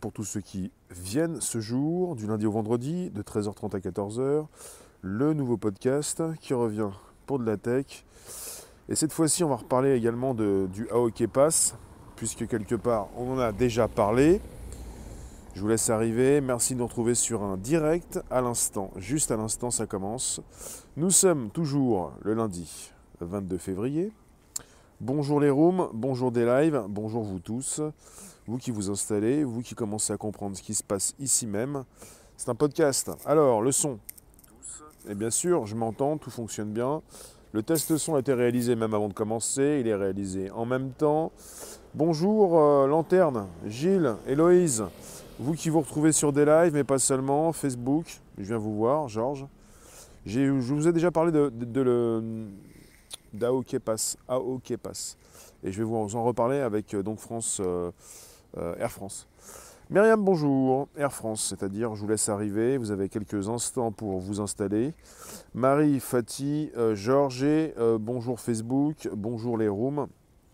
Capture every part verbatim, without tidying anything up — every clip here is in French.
pour tous ceux qui viennent ce jour, du lundi au vendredi, de treize heures trente à quatorze heures, le nouveau podcast qui revient pour de la tech. Et cette fois-ci, on va reparler également de, du AOK Pass, puisque quelque part, on en a déjà parlé. Je vous laisse arriver. Merci de nous retrouver sur un direct à l'instant. Juste à l'instant, ça commence. Nous sommes toujours le lundi vingt-deux février. Bonjour les rooms, bonjour des lives, bonjour vous tous. Vous qui vous installez, vous qui commencez à comprendre ce qui se passe ici même. C'est un podcast. Alors, le son. Et bien sûr, je m'entends, tout fonctionne bien. Le test son a été réalisé même avant de commencer. Il est réalisé en même temps. Bonjour euh, Lanterne, Gilles, Héloïse. Vous qui vous retrouvez sur des lives, mais pas seulement, Facebook. Je viens vous voir, Georges. J'ai, je vous ai déjà parlé de, de, de le... d'AOK Pass, AOK Pass. Et je vais vous en reparler avec euh, donc France, euh, euh, Air France. Myriam, bonjour. Air France, c'est-à-dire, je vous laisse arriver. Vous avez quelques instants pour vous installer. Marie, Fatih, euh, Georges, euh, bonjour Facebook, bonjour les rooms.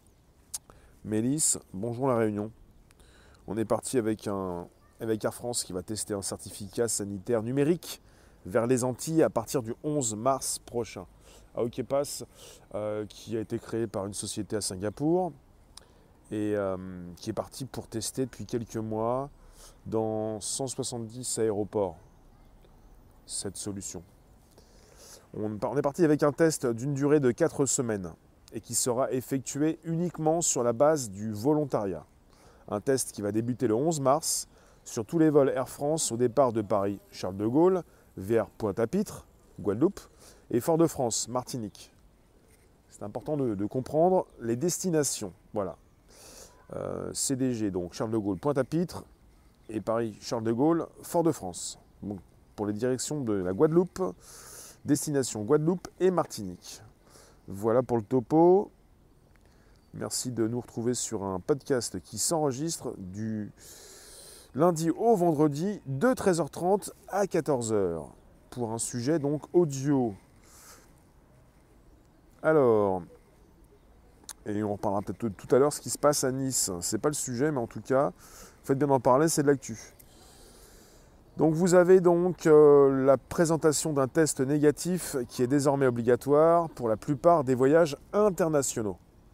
Mélisse, bonjour la Réunion. On est parti avec, un, avec Air France qui va tester un certificat sanitaire numérique vers les Antilles à partir du onze mars prochain. AOK Pass, euh, qui a été créé par une société à Singapour et euh, qui est parti pour tester depuis quelques mois dans cent soixante-dix aéroports cette solution. On, on est parti avec un test d'une durée de quatre semaines et qui sera effectué uniquement sur la base du volontariat. Un test qui va débuter le onze mars sur tous les vols Air France au départ de Paris-Charles de Gaulle vers Pointe-à-Pitre, Guadeloupe, et Fort-de-France, Martinique. C'est important de, de comprendre les destinations. Voilà. Euh, C D G, donc Charles de Gaulle, Pointe-à-Pitre, et Paris-Charles de Gaulle, Fort-de-France. Donc, pour les directions de la Guadeloupe, destination Guadeloupe et Martinique. Voilà pour le topo. Merci de nous retrouver sur un podcast qui s'enregistre du lundi au vendredi de treize heures trente à quatorze heures pour un sujet donc audio. Alors, et on reparlera peut-être tout à l'heure ce qui se passe à Nice. C'est pas le sujet, mais en tout cas, faites bien d'en parler, c'est de l'actu. Donc vous avez donc euh, la présentation d'un test négatif qui est désormais obligatoire pour la plupart des voyages internationaux.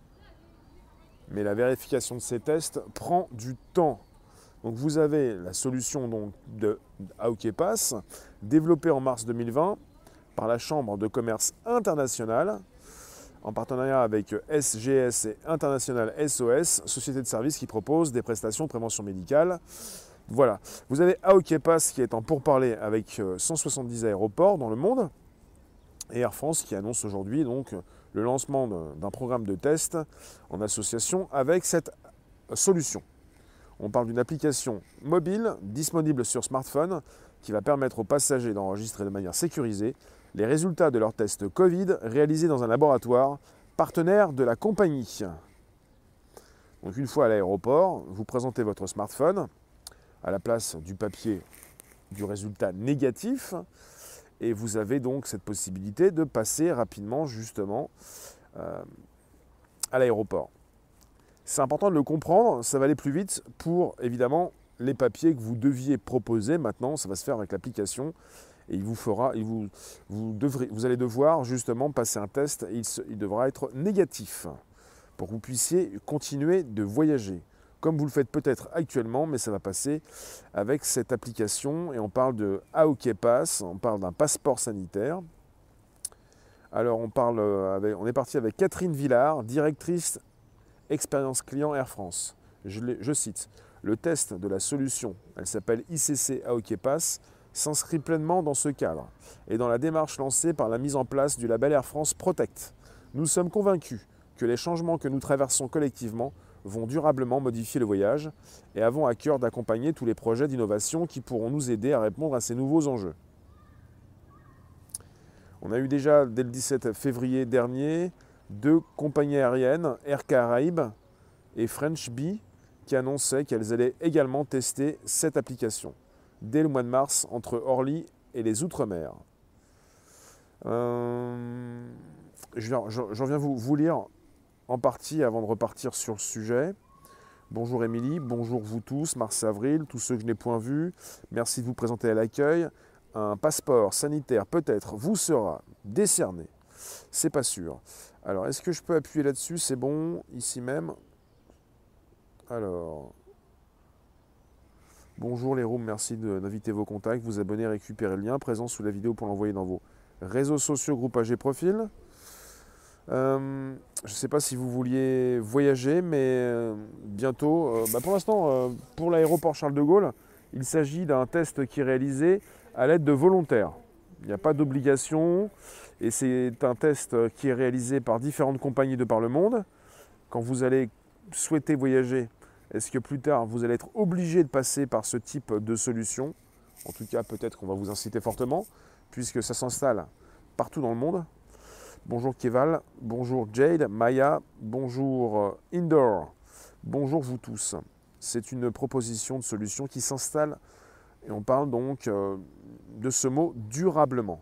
Mais la vérification de ces tests prend du temps. Donc vous avez la solution donc de AOK Pass, développée en mars deux mille vingt par la Chambre de commerce internationale, en partenariat avec S G S et International S O S, société de services qui propose des prestations de prévention médicale. Voilà. Vous avez AOK Pass qui est en pourparlers avec cent soixante-dix aéroports dans le monde, et Air France qui annonce aujourd'hui donc le lancement d'un programme de test en association avec cette solution. On parle d'une application mobile disponible sur smartphone qui va permettre aux passagers d'enregistrer de manière sécurisée les résultats de leurs tests Covid réalisés dans un laboratoire partenaire de la compagnie. Donc une fois à l'aéroport, vous présentez votre smartphone à la place du papier du résultat négatif et vous avez donc cette possibilité de passer rapidement justement euh, à l'aéroport. C'est important de le comprendre, ça va aller plus vite pour évidemment les papiers que vous deviez proposer. Maintenant, ça va se faire avec l'application et il vous fera, il vous, vous, devrez, vous allez devoir justement passer un test et il, se, il devra être négatif pour que vous puissiez continuer de voyager. Comme vous le faites peut-être actuellement, mais ça va passer avec cette application et on parle de AOK Pass, on parle d'un passeport sanitaire. Alors on, parle avec, on est parti avec Catherine Villard, directrice expérience client Air France. Je, je cite, le test de la solution, elle s'appelle I C C AOK Pass, s'inscrit pleinement dans ce cadre et dans la démarche lancée par la mise en place du label Air France Protect. Nous sommes convaincus que les changements que nous traversons collectivement vont durablement modifier le voyage et avons à cœur d'accompagner tous les projets d'innovation qui pourront nous aider à répondre à ces nouveaux enjeux. On a eu déjà, dès le dix-sept février dernier, deux compagnies aériennes, Air Caraïbes et French Bee, qui annonçaient qu'elles allaient également tester cette application dès le mois de mars entre Orly et les Outre-mer. Euh, J'en viens vous, vous lire en partie avant de repartir sur le sujet. Bonjour Émilie, bonjour vous tous, mars avril, tous ceux que je n'ai point vus. Merci de vous présenter à l'accueil. Un passeport sanitaire peut-être vous sera décerné. C'est pas sûr. Alors, est-ce que je peux appuyer là-dessus? C'est bon, ici même. Alors... Bonjour les rooms, merci d'inviter vos contacts, vous abonner, récupérer le lien présent sous la vidéo pour l'envoyer dans vos réseaux sociaux, groupages et profils. Euh, je ne sais pas si vous vouliez voyager, mais euh, bientôt, euh, bah pour l'instant, euh, pour l'aéroport Charles de Gaulle, il s'agit d'un test qui est réalisé à l'aide de volontaires. Il n'y a pas d'obligation et c'est un test qui est réalisé par différentes compagnies de par le monde. Quand vous allez souhaiter voyager, est-ce que plus tard, vous allez être obligé de passer par ce type de solution? En tout cas, peut-être qu'on va vous inciter fortement, puisque ça s'installe partout dans le monde. Bonjour Keval, bonjour Jade, Maya, bonjour Indoor, bonjour vous tous. C'est une proposition de solution qui s'installe, et on parle donc de ce mot durablement.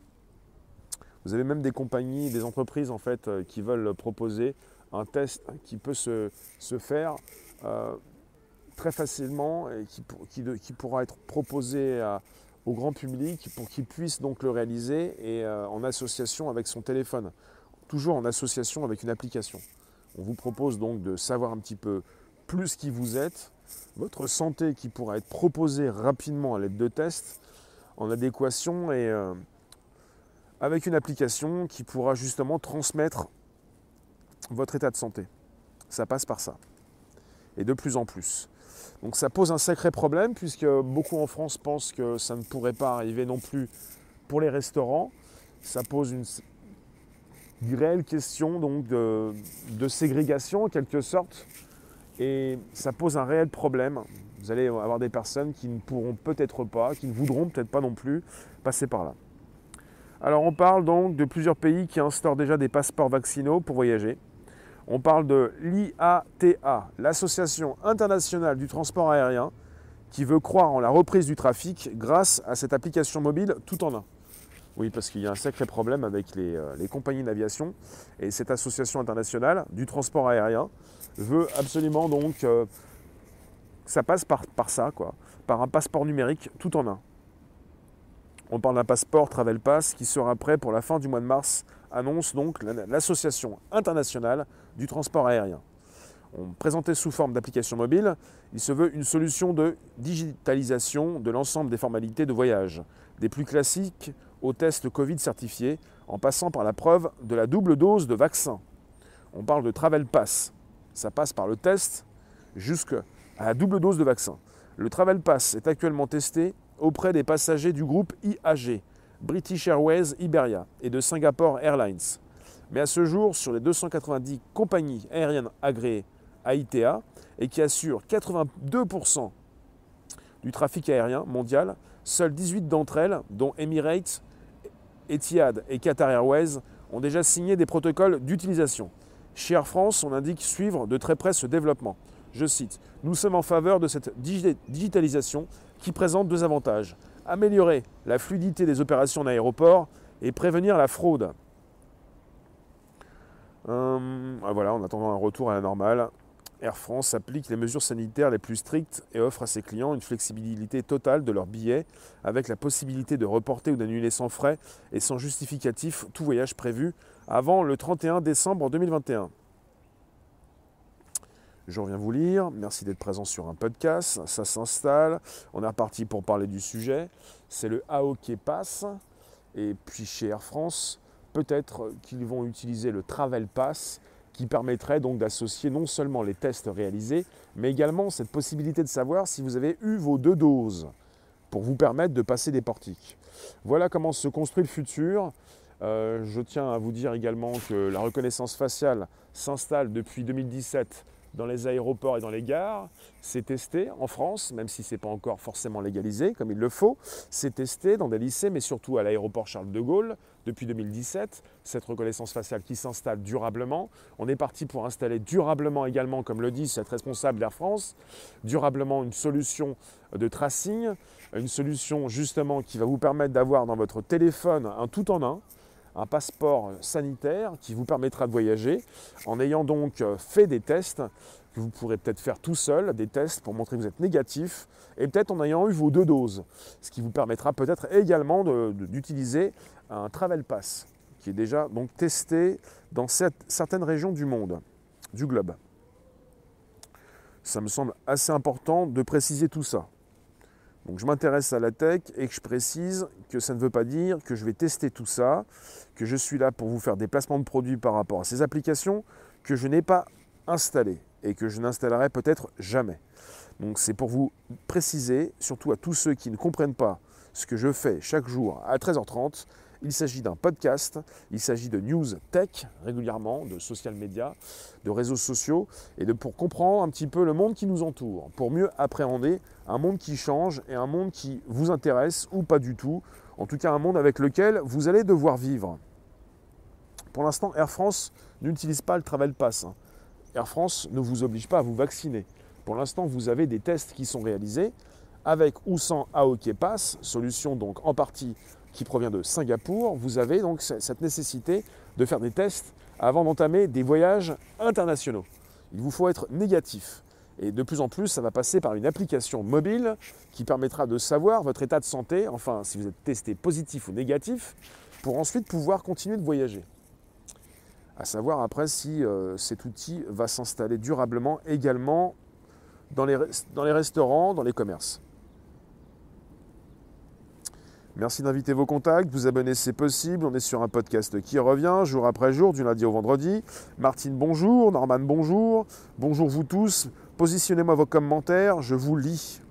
Vous avez même des compagnies, des entreprises en fait, qui veulent proposer un test qui peut se, se faire Euh, très facilement et qui, qui, qui pourra être proposé à, au grand public pour qu'il puisse donc le réaliser et euh, en association avec son téléphone, toujours en association avec une application. On vous propose donc de savoir un petit peu plus qui vous êtes, votre santé qui pourra être proposée rapidement à l'aide de tests en adéquation et euh, avec une application qui pourra justement transmettre votre état de santé. Ça passe par ça. Et de plus en plus. Donc ça pose un sacré problème puisque beaucoup en France pensent que ça ne pourrait pas arriver non plus pour les restaurants. Ça pose une, une réelle question donc de, de ségrégation en quelque sorte et ça pose un réel problème. Vous allez avoir des personnes qui ne pourront peut-être pas, qui ne voudront peut-être pas non plus passer par là. Alors on parle donc de plusieurs pays qui instaurent déjà des passeports vaccinaux pour voyager. On parle de l'I A T A, l'Association internationale du transport aérien, qui veut croire en la reprise du trafic grâce à cette application mobile tout en un. Oui, parce qu'il y a un sacré problème avec les, euh, les compagnies d'aviation. Et cette association internationale du transport aérien veut absolument donc euh, que ça passe par, par ça, quoi, par un passeport numérique tout en un. On parle d'un passeport Travel Pass qui sera prêt pour la fin du mois de mars, annonce donc l'Association internationale du transport aérien. On présentait sous forme d'application mobile, il se veut une solution de digitalisation de l'ensemble des formalités de voyage, des plus classiques aux tests Covid certifiés, en passant par la preuve de la double dose de vaccin. On parle de Travel Pass, ça passe par le test jusqu'à la double dose de vaccin. Le Travel Pass est actuellement testé auprès des passagers du groupe I A G, British Airways, Iberia et de Singapore Airlines. Mais à ce jour, sur les deux cent quatre-vingt-dix compagnies aériennes agréées à I T A et qui assurent quatre-vingt-deux pour cent du trafic aérien mondial, seules dix-huit d'entre elles, dont Emirates, Etihad et Qatar Airways, ont déjà signé des protocoles d'utilisation. Chez Air France, on indique suivre de très près ce développement. Je cite, « Nous sommes en faveur de cette digitalisation qui présente deux avantages. Améliorer la fluidité des opérations en aéroport et prévenir la fraude. » Euh, voilà, en attendant un retour à la normale, Air France applique les mesures sanitaires les plus strictes et offre à ses clients une flexibilité totale de leurs billets avec la possibilité de reporter ou d'annuler sans frais et sans justificatif tout voyage prévu avant le trente et un décembre deux mille vingt et un. Je reviens vous lire, merci d'être présent sur un podcast, ça s'installe, on est reparti pour parler du sujet, c'est le A O K Pass, et puis chez Air France, peut-être qu'ils vont utiliser le Travel Pass, qui permettrait donc d'associer non seulement les tests réalisés, mais également cette possibilité de savoir si vous avez eu vos deux doses, pour vous permettre de passer des portiques. Voilà comment se construit le futur. Euh, je tiens à vous dire également que la reconnaissance faciale s'installe depuis deux mille dix-sept dans les aéroports et dans les gares. C'est testé en France, même si ce n'est pas encore forcément légalisé comme il le faut. C'est testé dans des lycées, mais surtout à l'aéroport Charles de Gaulle depuis deux mille dix-sept. Cette reconnaissance faciale qui s'installe durablement. On est parti pour installer durablement également, comme le dit cette responsable d'Air France, durablement une solution de tracing, une solution justement qui va vous permettre d'avoir dans votre téléphone un tout en un, un passeport sanitaire qui vous permettra de voyager en ayant donc fait des tests que vous pourrez peut-être faire tout seul, des tests pour montrer que vous êtes négatif, et peut-être en ayant eu vos deux doses, ce qui vous permettra peut-être également de, de, d'utiliser un Travel Pass, qui est déjà donc testé dans cette, certaines régions du monde, du globe. Ça me semble assez important de préciser tout ça. Donc je m'intéresse à la tech et que je précise que ça ne veut pas dire que je vais tester tout ça, que je suis là pour vous faire des placements de produits par rapport à ces applications que je n'ai pas installées et que je n'installerai peut-être jamais. Donc c'est pour vous préciser, surtout à tous ceux qui ne comprennent pas ce que je fais chaque jour à treize heures trente, il s'agit d'un podcast, il s'agit de news tech régulièrement, de social media, de réseaux sociaux, et de, pour comprendre un petit peu le monde qui nous entoure, pour mieux appréhender un monde qui change et un monde qui vous intéresse ou pas du tout, en tout cas un monde avec lequel vous allez devoir vivre. Pour l'instant, Air France n'utilise pas le Travel Pass. Air France ne vous oblige pas à vous vacciner. Pour l'instant, vous avez des tests qui sont réalisés avec ou sans A O K Pass, solution donc en partie qui provient de Singapour. Vous avez donc cette nécessité de faire des tests avant d'entamer des voyages internationaux. Il vous faut être négatif. Et de plus en plus, ça va passer par une application mobile qui permettra de savoir votre état de santé, enfin si vous êtes testé positif ou négatif, pour ensuite pouvoir continuer de voyager. À savoir après si euh, cet outil va s'installer durablement également dans les, dans les restaurants, dans les commerces. Merci d'inviter vos contacts, vous abonner si c'est possible. On est sur un podcast qui revient jour après jour, du lundi au vendredi. Martine, bonjour. Norman, bonjour. Bonjour vous tous. Positionnez-moi vos commentaires, je vous lis.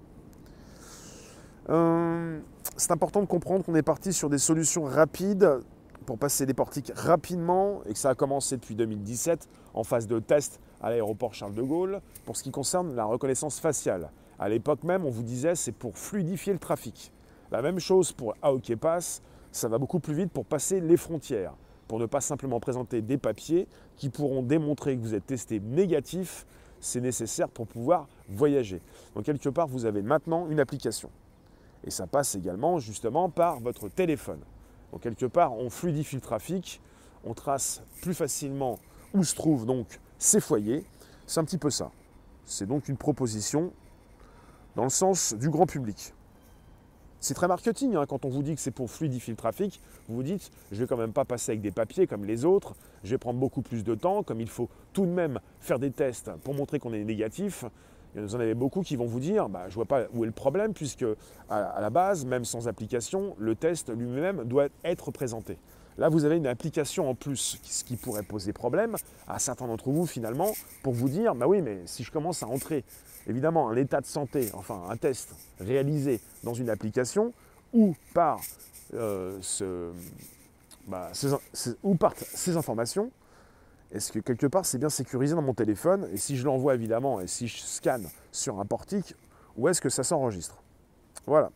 Euh, c'est important de comprendre qu'on est parti sur des solutions rapides pour passer les portiques rapidement et que ça a commencé depuis deux mille dix-sept en phase de test à l'aéroport Charles de Gaulle pour ce qui concerne la reconnaissance faciale. À l'époque même, on vous disait c'est pour fluidifier le trafic. La même chose pour A O K Pass, ça va beaucoup plus vite pour passer les frontières, pour ne pas simplement présenter des papiers qui pourront démontrer que vous êtes testé négatif, c'est nécessaire pour pouvoir voyager. Donc quelque part, vous avez maintenant une application. Et ça passe également justement par votre téléphone. Donc quelque part, on fluidifie le trafic, on trace plus facilement où se trouvent donc ces foyers. C'est un petit peu ça. C'est donc une proposition dans le sens du grand public. C'est très marketing, hein, quand on vous dit que c'est pour fluidifier le trafic, vous vous dites je ne vais quand même pas passer avec des papiers comme les autres, je vais prendre beaucoup plus de temps, comme il faut tout de même faire des tests pour montrer qu'on est négatif. Et vous en avez beaucoup qui vont vous dire bah, je ne vois pas où est le problème puisque à, à la base, même sans application, le test lui-même doit être présenté. Là, vous avez une application en plus, ce qui pourrait poser problème à certains d'entre vous finalement pour vous dire bah oui, mais si je commence à entrer évidemment un état de santé, enfin un test réalisé dans une application ou par, euh, ce, bah, ces, ces, ou par ces informations, est-ce que quelque part c'est bien sécurisé dans mon téléphone et si je l'envoie évidemment et si je scanne sur un portique, où est-ce que ça s'enregistre? Voilà.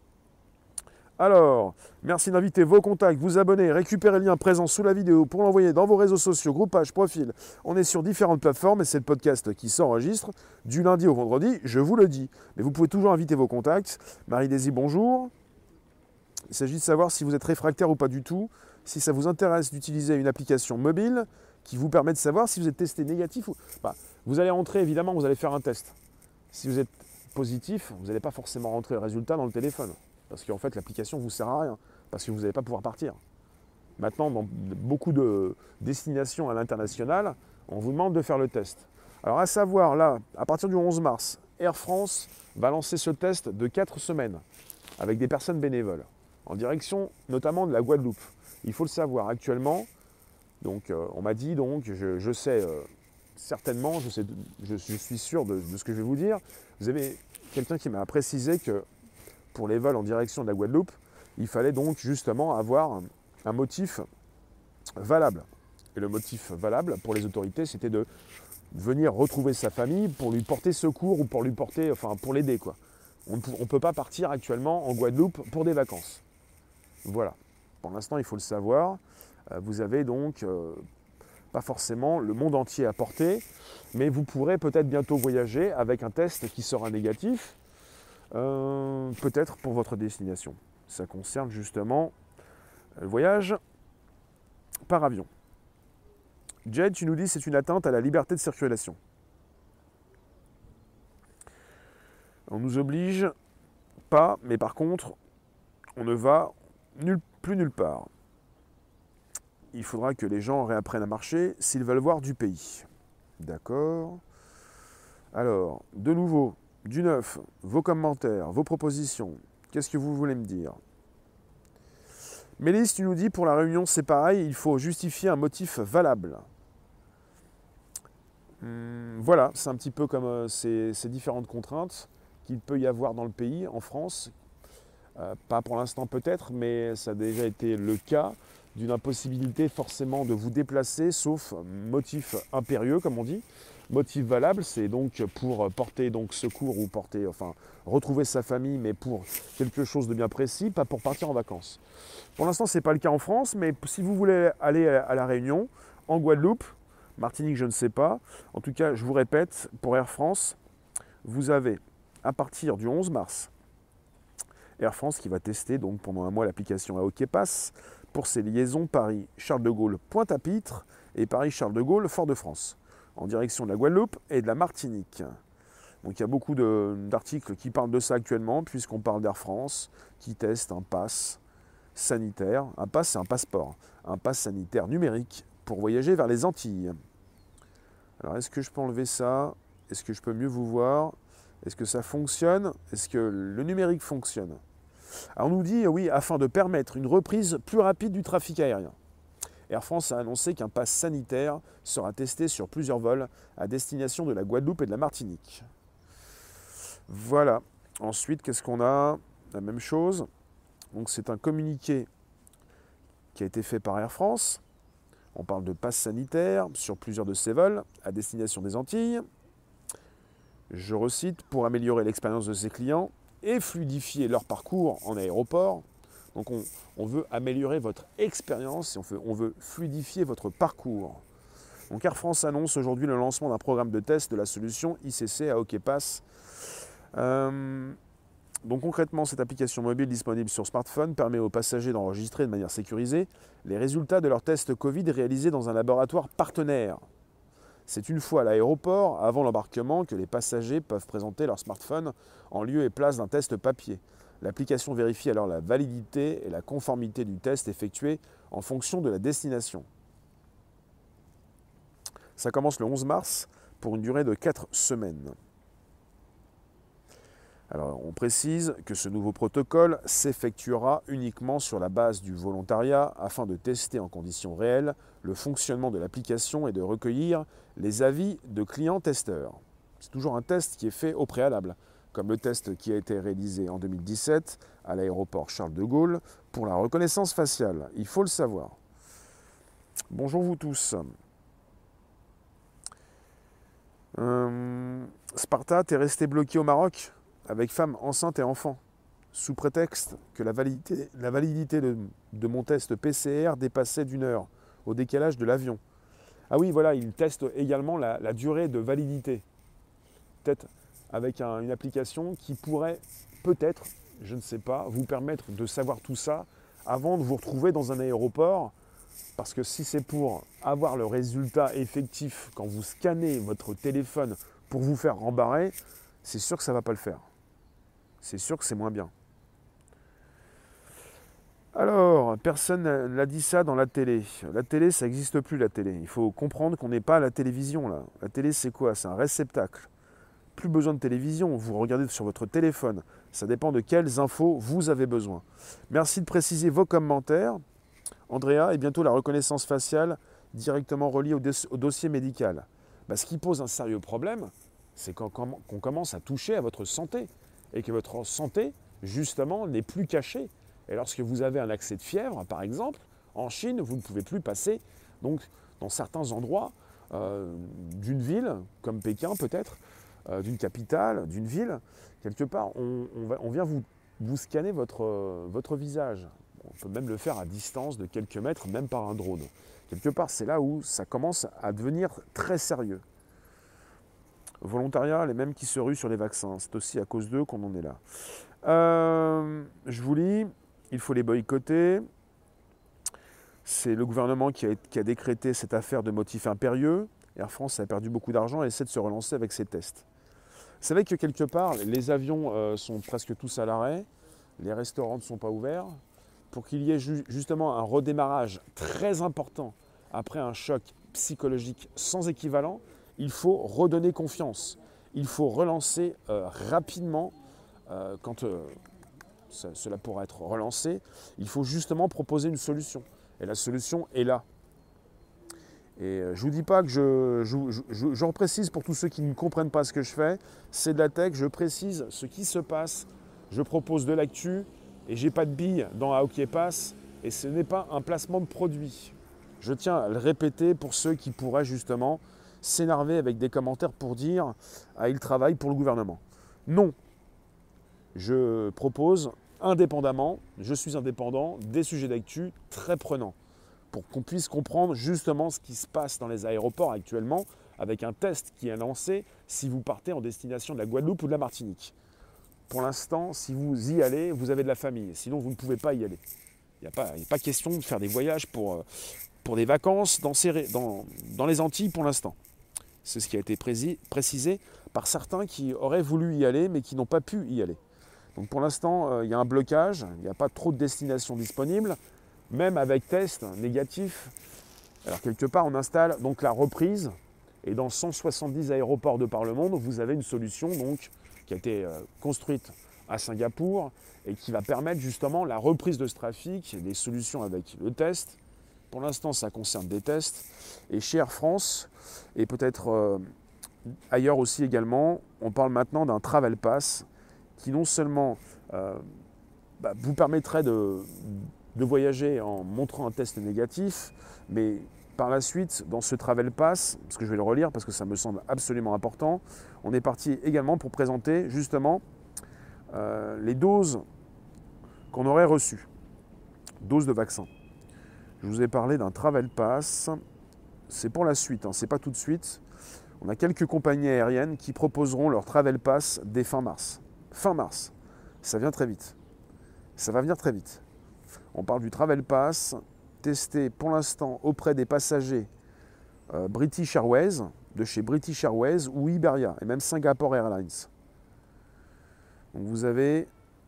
Alors, merci d'inviter vos contacts, vous abonner, récupérer le lien présent sous la vidéo pour l'envoyer dans vos réseaux sociaux, groupages, profils. On est sur différentes plateformes et c'est le podcast qui s'enregistre du lundi au vendredi, je vous le dis. Mais vous pouvez toujours inviter vos contacts. Marie-Daisy, bonjour. Il s'agit de savoir si vous êtes réfractaire ou pas du tout, si ça vous intéresse d'utiliser une application mobile qui vous permet de savoir si vous êtes testé négatif ou... Bah, vous allez rentrer, évidemment, vous allez faire un test. Si vous êtes positif, vous n'allez pas forcément rentrer le résultat dans le téléphone. Parce qu'en fait, l'application ne vous sert à rien, parce que vous n'allez pas pouvoir partir. Maintenant, dans beaucoup de destinations à l'international, on vous demande de faire le test. Alors à savoir, là, à partir du onze mars, Air France va lancer ce test de quatre semaines avec des personnes bénévoles, en direction notamment de la Guadeloupe. Il faut le savoir, actuellement, donc, euh, on m'a dit, donc, je, je sais euh, certainement, je, sais, je, je suis sûr de, de ce que je vais vous dire, vous avez quelqu'un qui m'a précisé que pour les vols en direction de la Guadeloupe, il fallait donc justement avoir un, un motif valable. Et le motif valable pour les autorités, c'était de venir retrouver sa famille pour lui porter secours ou pour lui porter, enfin pour l'aider quoi. On ne peut pas partir actuellement en Guadeloupe pour des vacances. Voilà. Pour l'instant, il faut le savoir. Vous avez donc euh, pas forcément le monde entier à porter, mais vous pourrez peut-être bientôt voyager avec un test qui sera négatif. Euh, peut-être pour votre destination. Ça concerne justement le voyage par avion. Jed, tu nous dis que c'est une atteinte à la liberté de circulation. On nous oblige pas, mais par contre, on ne va nulle, plus nulle part. Il faudra que les gens réapprennent à marcher s'ils veulent voir du pays. D'accord. Alors, de nouveau, du neuf, vos commentaires, vos propositions. Qu'est-ce que vous voulez me dire? Mélisse, tu nous dis, pour la réunion, c'est pareil, il faut justifier un motif valable. Hum, voilà, c'est un petit peu comme euh, ces, ces différentes contraintes qu'il peut y avoir dans le pays, en France. Euh, pas pour l'instant peut-être, mais ça a déjà été le cas d'une impossibilité forcément de vous déplacer, sauf motif impérieux, comme on dit. Motif valable, c'est donc pour porter donc secours ou porter, enfin, retrouver sa famille, mais pour quelque chose de bien précis, pas pour partir en vacances. Pour l'instant, ce n'est pas le cas en France, mais si vous voulez aller à La Réunion, en Guadeloupe, Martinique, je ne sais pas. En tout cas, je vous répète, pour Air France, vous avez, à partir du onze mars, Air France qui va tester donc pendant un mois l'application AOK Pass pour ses liaisons Paris-Charles de Gaulle Pointe-à-Pitre et Paris-Charles de Gaulle Fort-de-France, en direction de la Guadeloupe et de la Martinique. Donc il y a beaucoup d'articles qui parlent de ça actuellement, puisqu'on parle d'Air France qui teste un pass sanitaire. Un pass, c'est un passeport. Un pass sanitaire numérique pour voyager vers les Antilles. Alors est-ce que je peux enlever ça? Est-ce que je peux mieux vous voir? Est-ce que ça fonctionne? Est-ce que le numérique fonctionne? Alors on nous dit, oui, afin de permettre une reprise plus rapide du trafic aérien. Air France a annoncé qu'un pass sanitaire sera testé sur plusieurs vols à destination de la Guadeloupe et de la Martinique. Voilà. Ensuite, qu'est-ce qu'on a? La même chose. Donc c'est un communiqué qui a été fait par Air France. On parle de pass sanitaire sur plusieurs de ces vols à destination des Antilles. Je recite, pour améliorer l'expérience de ses clients et fluidifier leur parcours en aéroport. Donc on, on veut améliorer votre expérience et on veut, on veut fluidifier votre parcours. Donc Air France annonce aujourd'hui le lancement d'un programme de test de la solution I C C AOK Pass. Euh, donc concrètement, cette application mobile disponible sur smartphone permet aux passagers d'enregistrer de manière sécurisée les résultats de leur test Covid réalisés dans un laboratoire partenaire. C'est une fois à l'aéroport, avant l'embarquement, que les passagers peuvent présenter leur smartphone en lieu et place d'un test papier. L'application vérifie alors la validité et la conformité du test effectué en fonction de la destination. Ça commence le onze mars pour une durée de quatre semaines. Alors, on précise que ce nouveau protocole s'effectuera uniquement sur la base du volontariat afin de tester en conditions réelles le fonctionnement de l'application et de recueillir les avis de clients testeurs. C'est toujours un test qui est fait au préalable, comme le test qui a été réalisé en deux mille dix-sept à l'aéroport Charles de Gaulle pour la reconnaissance faciale. Il faut le savoir. Bonjour vous tous. Euh, Sparta, t'es resté bloqué au Maroc avec femme enceinte et enfant, sous prétexte que la validité, la validité de, de mon test P C R dépassait d'une heure, au décalage de l'avion. Ah oui, voilà, il teste également la, la durée de validité. Peut-être avec un, une application qui pourrait, peut-être, je ne sais pas, vous permettre de savoir tout ça avant de vous retrouver dans un aéroport. Parce que si c'est pour avoir le résultat effectif quand vous scannez votre téléphone pour vous faire rembarrer, c'est sûr que ça ne va pas le faire. C'est sûr que c'est moins bien. Alors, personne n'a dit ça dans la télé. La télé, ça n'existe plus, la télé. Il faut comprendre qu'on n'est pas à la télévision, là. La télé, c'est quoi? C'est un réceptacle. Plus besoin de télévision, vous regardez sur votre téléphone. Ça dépend de quelles infos vous avez besoin. Merci de préciser vos commentaires. Andrea, et bientôt la reconnaissance faciale directement reliée au, au dossier médical. Bah, ce qui pose un sérieux problème, c'est qu'on qu'on commence à toucher à votre santé. Et que votre santé, justement, n'est plus cachée. Et lorsque vous avez un accès de fièvre, par exemple, en Chine, vous ne pouvez plus passer donc, dans certains endroits euh, d'une ville, comme Pékin peut-être, euh, d'une capitale, d'une ville. Quelque part, on, on, va, on vient vous, vous scanner votre, euh, votre visage. On peut même le faire à distance de quelques mètres, même par un drone. Quelque part, c'est là où ça commence à devenir très sérieux. Volontariat, les mêmes qui se ruent sur les vaccins. C'est aussi à cause d'eux qu'on en est là. Euh, je vous lis, il faut les boycotter. C'est le gouvernement qui a, qui a décrété cette affaire de motif impérieux. Air France a perdu beaucoup d'argent et essaie de se relancer avec ses tests. savez que quelque part, les avions euh, sont presque tous à l'arrêt, les restaurants ne sont pas ouverts. Pour qu'il y ait ju- justement un redémarrage très important après un choc psychologique sans équivalent, il faut redonner confiance. Il faut relancer euh, rapidement, euh, quand euh, ça- cela pourra être relancé, il faut justement proposer une solution. Et la solution est là. Et euh, je ne vous dis pas que je, je, je, je, je reprécise pour tous ceux qui ne comprennent pas ce que je fais, c'est de la tech, je précise ce qui se passe, je propose de l'actu et j'ai pas de billes dans A O K Pass et ce n'est pas un placement de produit. Je tiens à le répéter pour ceux qui pourraient justement s'énerver avec des commentaires pour dire ah, il travaille pour le gouvernement. Non, je propose indépendamment, je suis indépendant, des sujets d'actu très prenants pour qu'on puisse comprendre justement ce qui se passe dans les aéroports actuellement avec un test qui est lancé si vous partez en destination de la Guadeloupe ou de la Martinique. Pour l'instant, si vous y allez, vous avez de la famille, sinon vous ne pouvez pas y aller. Il n'y a, a pas question de faire des voyages pour, pour des vacances dans, ces, dans, dans les Antilles pour l'instant. C'est ce qui a été prési, précisé par certains qui auraient voulu y aller mais qui n'ont pas pu y aller. Donc pour l'instant, euh, il y a un blocage, il n'y a pas trop de destinations disponibles, même avec test négatif. Alors quelque part, on installe donc la reprise et dans cent soixante-dix aéroports de par le monde, vous avez une solution donc, qui a été euh, construite à Singapour et qui va permettre justement la reprise de ce trafic et des solutions avec le test. Pour l'instant, ça concerne des tests. Et chez Air France, et peut-être euh, ailleurs aussi également, on parle maintenant d'un Travel Pass qui non seulement euh, bah, vous permettrait de, de voyager en montrant un test négatif, mais par la suite, dans ce Travel Pass, parce que je vais le relire parce que ça me semble absolument important, on est parti également pour présenter justement euh, les doses qu'on aurait reçues, doses de vaccin. Je vous ai parlé d'un Travel Pass, c'est pour la suite, hein, c'est pas tout de suite. On a quelques compagnies aériennes qui proposeront leur Travel Pass dès fin mars. Fin mars, ça vient très vite. Ça va venir très vite. On parle du Travel Pass, testé pour l'instant auprès des passagers euh, British Airways, de chez British Airways ou Iberia, et même Singapore Airlines. Donc vous avez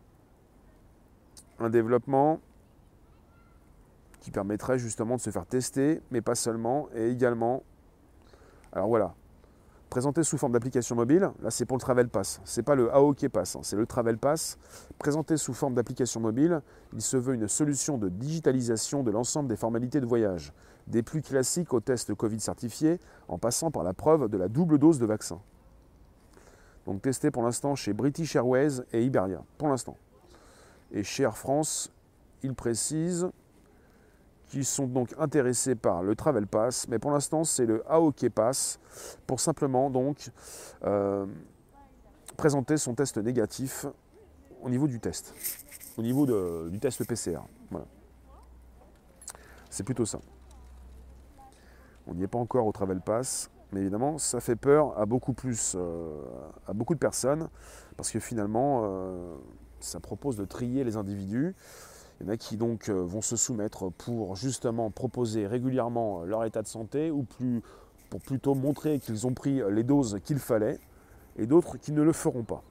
un développement qui permettrait justement de se faire tester, mais pas seulement, et également, alors voilà, présenté sous forme d'application mobile, là c'est pour le Travel Pass, c'est pas le A O K Pass, hein, c'est le Travel Pass, présenté sous forme d'application mobile, il se veut une solution de digitalisation de l'ensemble des formalités de voyage, des plus classiques au test Covid certifié, en passant par la preuve de la double dose de vaccin. Donc testé pour l'instant chez British Airways et Iberia, pour l'instant. Et chez Air France, il précise qui sont donc intéressés par le Travel Pass, mais pour l'instant c'est le A O K Pass pour simplement donc euh, présenter son test négatif au niveau du test, au niveau de, du test P C R. Voilà. C'est plutôt ça. On n'y est pas encore au Travel Pass, mais évidemment ça fait peur à beaucoup plus, euh, à beaucoup de personnes, parce que finalement euh, ça propose de trier les individus. Il y en a qui donc vont se soumettre pour justement proposer régulièrement leur état de santé ou plus, pour plutôt montrer qu'ils ont pris les doses qu'il fallait, et d'autres qui ne le feront pas.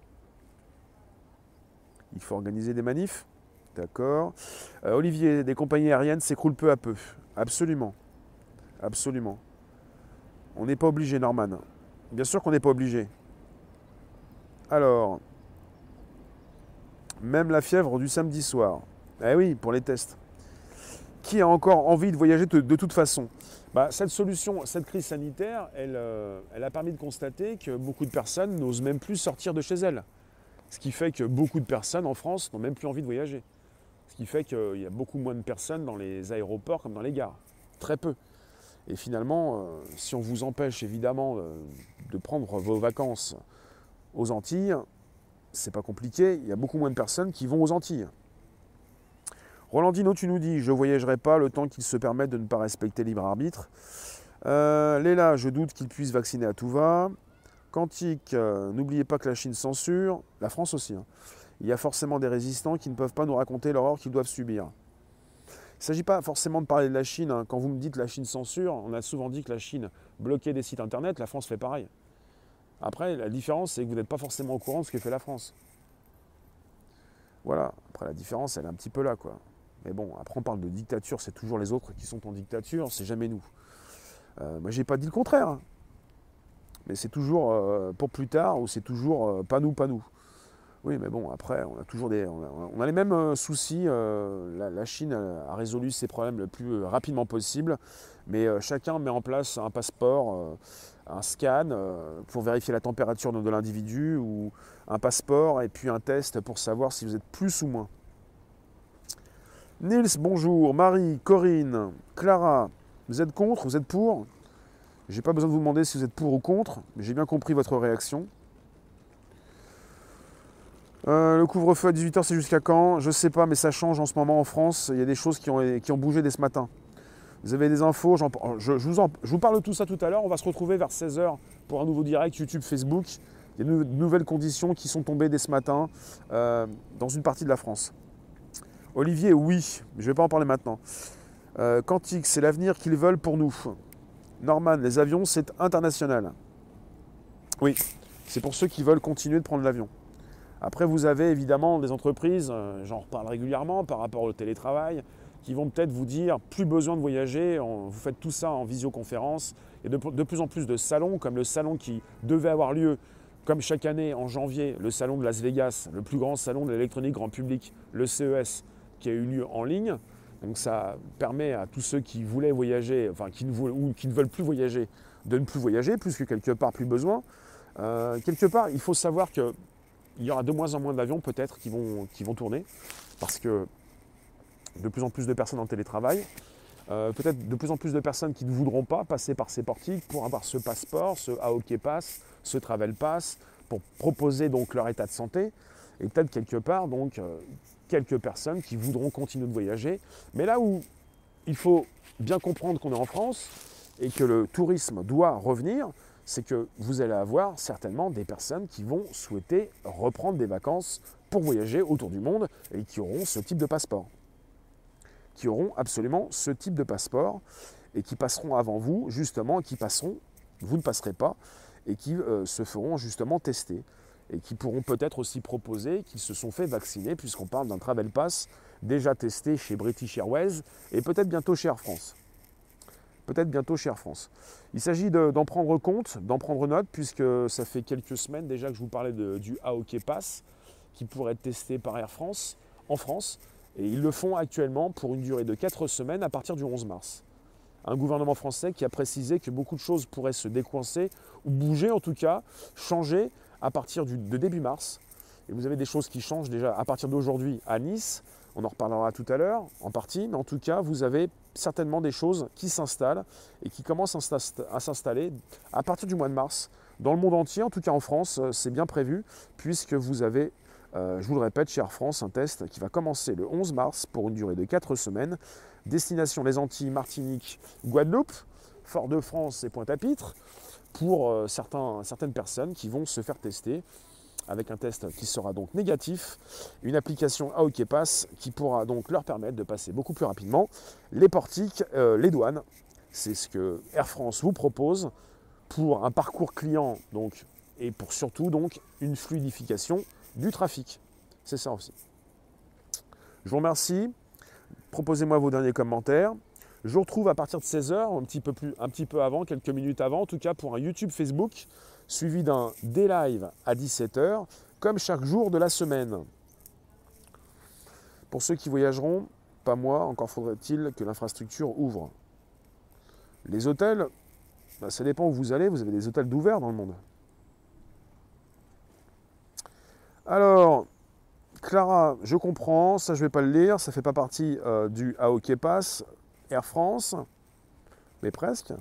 Il faut organiser des manifs, d'accord. Euh, Olivier, des compagnies aériennes s'écroulent peu à peu. Absolument, absolument. On n'est pas obligé, Norman. Bien sûr qu'on n'est pas obligé. Alors, même la fièvre du samedi soir. Eh oui, pour les tests. Qui a encore envie de voyager de, de toute façon? Bah, cette solution, cette crise sanitaire, elle, euh, elle a permis de constater que beaucoup de personnes n'osent même plus sortir de chez elles. Ce qui fait que beaucoup de personnes en France n'ont même plus envie de voyager. Ce qui fait qu'il y a beaucoup moins de personnes dans les aéroports comme dans les gares. Très peu. Et finalement, euh, si on vous empêche évidemment euh, de prendre vos vacances aux Antilles, c'est pas compliqué, il y a beaucoup moins de personnes qui vont aux Antilles. Rolandino, tu nous dis, je ne voyagerai pas le temps qu'il se permette de ne pas respecter libre arbitre. Euh, Léla, je doute qu'il puisse vacciner à tout va. Quantique, euh, n'oubliez pas que la Chine censure, la France aussi. Hein. Il y a forcément des résistants qui ne peuvent pas nous raconter l'horreur qu'ils doivent subir. Il ne s'agit pas forcément de parler de la Chine. Hein. Quand vous me dites que la Chine censure, on a souvent dit que la Chine bloquait des sites internet, la France fait pareil. Après, la différence, c'est que vous n'êtes pas forcément au courant de ce que fait la France. Voilà, après la différence, elle est un petit peu là, quoi. Mais bon, après on parle de dictature, c'est toujours les autres qui sont en dictature, c'est jamais nous. Euh, moi, j'ai pas dit le contraire, hein. Mais c'est toujours euh, pour plus tard, ou c'est toujours euh, pas nous, pas nous. Oui, mais bon, après, on a toujours des, on a, on a les mêmes euh, soucis. Euh, la, la Chine a résolu ses problèmes le plus euh, rapidement possible, mais euh, chacun met en place un passeport, euh, un scan euh, pour vérifier la température de, de l'individu, ou un passeport et puis un test pour savoir si vous êtes plus ou moins. Nils, bonjour. Marie, Corinne, Clara, vous êtes contre, vous êtes pour? J'ai pas besoin de vous demander si vous êtes pour ou contre, mais j'ai bien compris votre réaction. Euh, le couvre-feu à dix-huit heures, c'est jusqu'à quand? Je sais pas, mais ça change en ce moment en France. Il y a des choses qui ont, qui ont bougé dès ce matin. Vous avez des infos, je, je, vous en, je vous parle de tout ça tout à l'heure. On va se retrouver vers seize heures pour un nouveau direct YouTube, Facebook. Il y a de nouvelles conditions qui sont tombées dès ce matin euh, dans une partie de la France. Olivier, oui, mais je ne vais pas en parler maintenant. Euh, Quantique, c'est l'avenir qu'ils veulent pour nous. Norman, les avions, c'est international. Oui, c'est pour ceux qui veulent continuer de prendre l'avion. Après, vous avez évidemment des entreprises, euh, j'en reparle régulièrement par rapport au télétravail, qui vont peut-être vous dire plus besoin de voyager, on, vous faites tout ça en visioconférence. Il y a de, de plus en plus de salons, comme le salon qui devait avoir lieu, comme chaque année en janvier, le salon de Las Vegas, le plus grand salon de l'électronique grand public, le C E S, qui a eu lieu en ligne. Donc ça permet à tous ceux qui voulaient voyager, enfin qui ne, voulaient, ou qui ne veulent plus voyager, de ne plus voyager, puisque quelque part plus besoin. Euh, quelque part, il faut savoir que il y aura de moins en moins d'avions peut-être qui vont, qui vont tourner, parce que de plus en plus de personnes en télétravail, euh, peut-être de plus en plus de personnes qui ne voudront pas passer par ces portiques pour avoir ce passeport, ce A O K Pass, ce Travel Pass, pour proposer donc leur état de santé, et peut-être quelque part donc euh, quelques personnes qui voudront continuer de voyager. Mais là où il faut bien comprendre qu'on est en France et que le tourisme doit revenir, c'est que vous allez avoir certainement des personnes qui vont souhaiter reprendre des vacances pour voyager autour du monde et qui auront ce type de passeport. Qui auront absolument ce type de passeport et qui passeront avant vous, justement, et qui passeront, vous ne passerez pas, et qui euh, se feront justement tester. Et qui pourront peut-être aussi proposer qu'ils se sont fait vacciner, puisqu'on parle d'un Travel Pass déjà testé chez British Airways et peut-être bientôt chez Air France. Peut-être bientôt chez Air France. Il s'agit de, d'en prendre compte, d'en prendre note, puisque ça fait quelques semaines déjà que je vous parlais de, du A O K Pass, qui pourrait être testé par Air France, en France, et ils le font actuellement pour une durée de quatre semaines à partir du onze mars. Un gouvernement français qui a précisé que beaucoup de choses pourraient se décoincer, ou bouger en tout cas, changer à partir du, de début mars. Et vous avez des choses qui changent déjà à partir d'aujourd'hui à Nice, on en reparlera tout à l'heure en partie, mais en tout cas vous avez certainement des choses qui s'installent et qui commencent à s'installer à partir du mois de mars. Dans le monde entier, en tout cas en France, c'est bien prévu, puisque vous avez, euh, je vous le répète, chez Air France, un test qui va commencer le onze mars pour une durée de quatre semaines. Destination les Antilles, Martinique, Guadeloupe, Fort-de-France et Pointe-à-Pitre, pour euh, certains, certaines personnes qui vont se faire tester avec un test qui sera donc négatif, une application A O K Pass qui pourra donc leur permettre de passer beaucoup plus rapidement les portiques, euh, les douanes. C'est ce que Air France vous propose pour un parcours client donc, et pour surtout donc une fluidification du trafic. C'est ça aussi. Je vous remercie. Proposez-moi vos derniers commentaires. Je vous retrouve à partir de seize heures, un petit peu plus, un petit peu avant, quelques minutes avant, en tout cas pour un YouTube Facebook, suivi d'un D-Live à dix-sept heures, comme chaque jour de la semaine. Pour ceux qui voyageront, pas moi, encore faudrait-il que l'infrastructure ouvre. Les hôtels, ben ça dépend où vous allez, vous avez des hôtels d'ouvert dans le monde. Alors, Clara, je comprends, ça je ne vais pas le lire, ça ne fait pas partie euh, du A O K Pass, Air France, mais presque.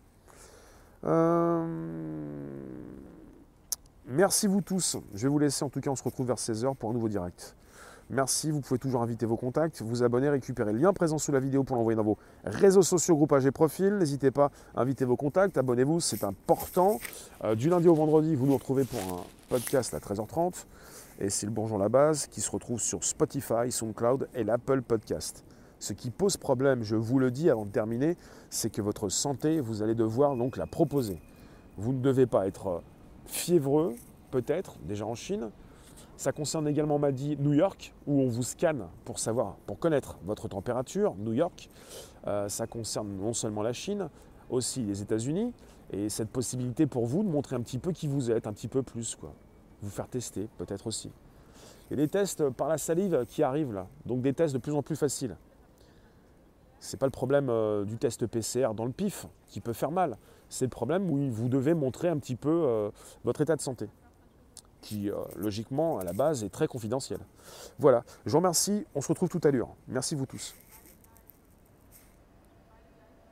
Euh... Merci vous tous. Je vais vous laisser, en tout cas, on se retrouve vers seize heures pour un nouveau direct. Merci, vous pouvez toujours inviter vos contacts, vous abonner, récupérer le lien présent sous la vidéo pour l'envoyer dans vos réseaux sociaux, groupages et profils. N'hésitez pas à inviter vos contacts, abonnez-vous, c'est important. Euh, du lundi au vendredi, vous nous retrouvez pour un podcast à treize heures trente. Et c'est le Bourgeon La Base qui se retrouve sur Spotify, SoundCloud et l'Apple Podcast. Ce qui pose problème, je vous le dis avant de terminer, c'est que votre santé, vous allez devoir donc la proposer. Vous ne devez pas être fiévreux, peut-être, déjà en Chine. Ça concerne également, on m'a dit, New York, où on vous scanne pour savoir, pour connaître votre température, New York. Euh, ça concerne non seulement la Chine, aussi les États-Unis, et cette possibilité pour vous de montrer un petit peu qui vous êtes, un petit peu plus, quoi. Vous faire tester, peut-être aussi. Il y a des tests par la salive qui arrivent là, donc des tests de plus en plus faciles. Ce n'est pas le problème euh, du test P C R dans le pif, qui peut faire mal. C'est le problème où vous devez montrer un petit peu euh, votre état de santé, qui, euh, logiquement, à la base, est très confidentiel. Voilà, je vous remercie, on se retrouve tout à l'heure. Merci vous tous.